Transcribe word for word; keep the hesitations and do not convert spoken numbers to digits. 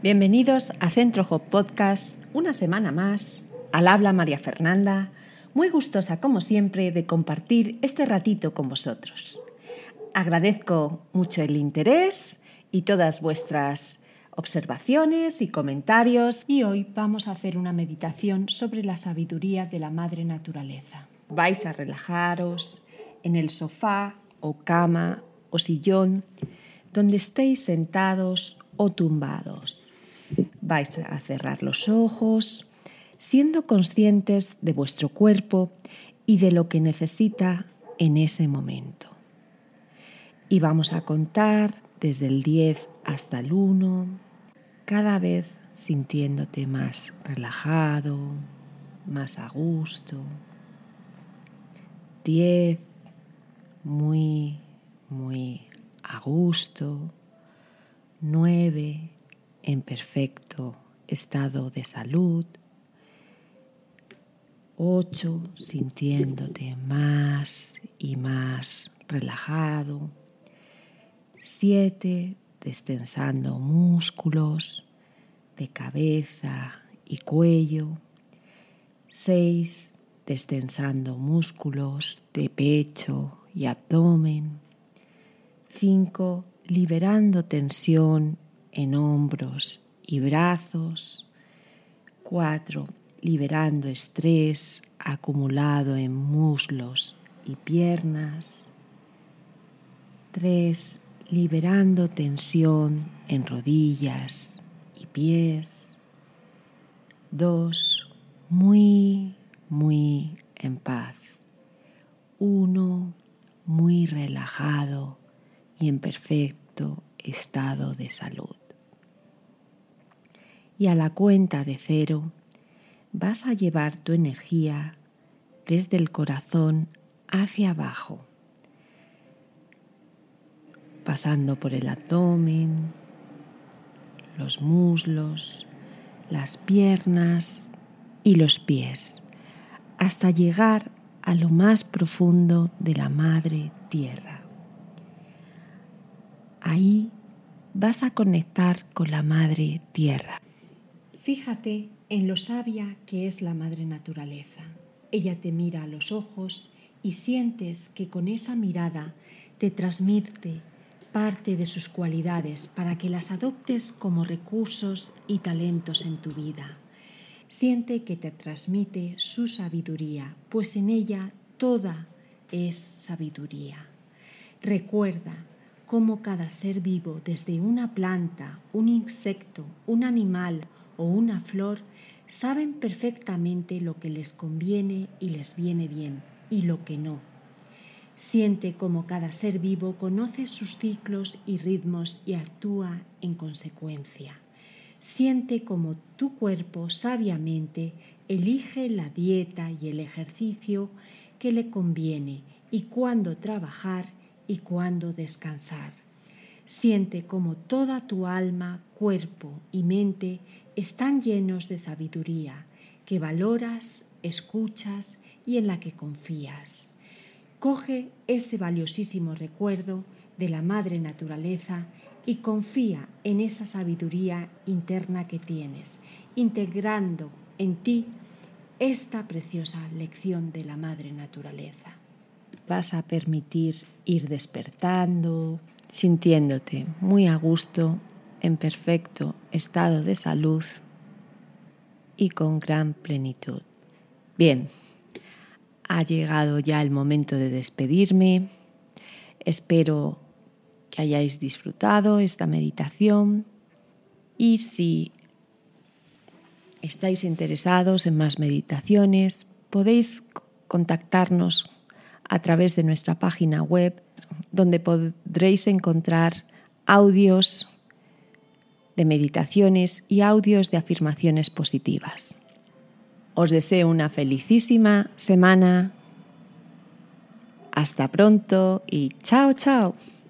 Bienvenidos a Centro Hop Podcast, una semana más. Al habla María Fernanda, muy gustosa como siempre de compartir este ratito con vosotros. Agradezco mucho el interés y todas vuestras observaciones y comentarios. Y hoy vamos a hacer una meditación sobre la sabiduría de la Madre Naturaleza. Vais a relajaros en el sofá o cama o sillón donde estéis sentados o tumbados. Vais a cerrar los ojos, siendo conscientes de vuestro cuerpo y de lo que necesita en ese momento. Y vamos a contar desde el diez hasta el uno, cada vez sintiéndote más relajado, más a gusto. diez, muy, muy a gusto. nueve, en perfecto estado de salud. ocho, sintiéndote más y más relajado. siete, destensando músculos de cabeza y cuello. seis, destensando músculos de pecho y abdomen. cinco, liberando tensión en hombros y brazos. cuatro, liberando estrés acumulado en muslos y piernas. tres, liberando tensión en rodillas y pies. dos, muy, muy en paz. uno, muy relajado y en perfecto estado de salud. Y a la cuenta de cero vas a llevar tu energía desde el corazón hacia abajo, pasando por el abdomen, los muslos, las piernas y los pies, hasta llegar a lo más profundo de la Madre Tierra. Ahí vas a conectar con la Madre Tierra. Fíjate en lo sabia que es la Madre Naturaleza. Ella te mira a los ojos y sientes que con esa mirada te transmite parte de sus cualidades para que las adoptes como recursos y talentos en tu vida. Siente que te transmite su sabiduría, pues en ella toda es sabiduría. Recuerda cómo cada ser vivo, desde una planta, un insecto, un animal o una flor, saben perfectamente lo que les conviene y les viene bien y lo que no. Siente cómo cada ser vivo conoce sus ciclos y ritmos y actúa en consecuencia. Siente cómo tu cuerpo sabiamente elige la dieta y el ejercicio que le conviene y cuándo trabajar y cuándo descansar. Siente cómo toda tu alma, cuerpo y mente están llenos de sabiduría que valoras, escuchas y en la que confías. Coge ese valiosísimo recuerdo de la Madre Naturaleza y confía en esa sabiduría interna que tienes, integrando en ti esta preciosa lección de la Madre Naturaleza. Vas a permitir ir despertando, sintiéndote muy a gusto, en perfecto estado de salud y con gran plenitud. Bien, ha llegado ya el momento de despedirme. Espero que hayáis disfrutado esta meditación y si estáis interesados en más meditaciones, podéis contactarnos a través de nuestra página web, donde podréis encontrar audios de meditaciones y audios de afirmaciones positivas. Os deseo una felicísima semana. Hasta pronto y chao, chao.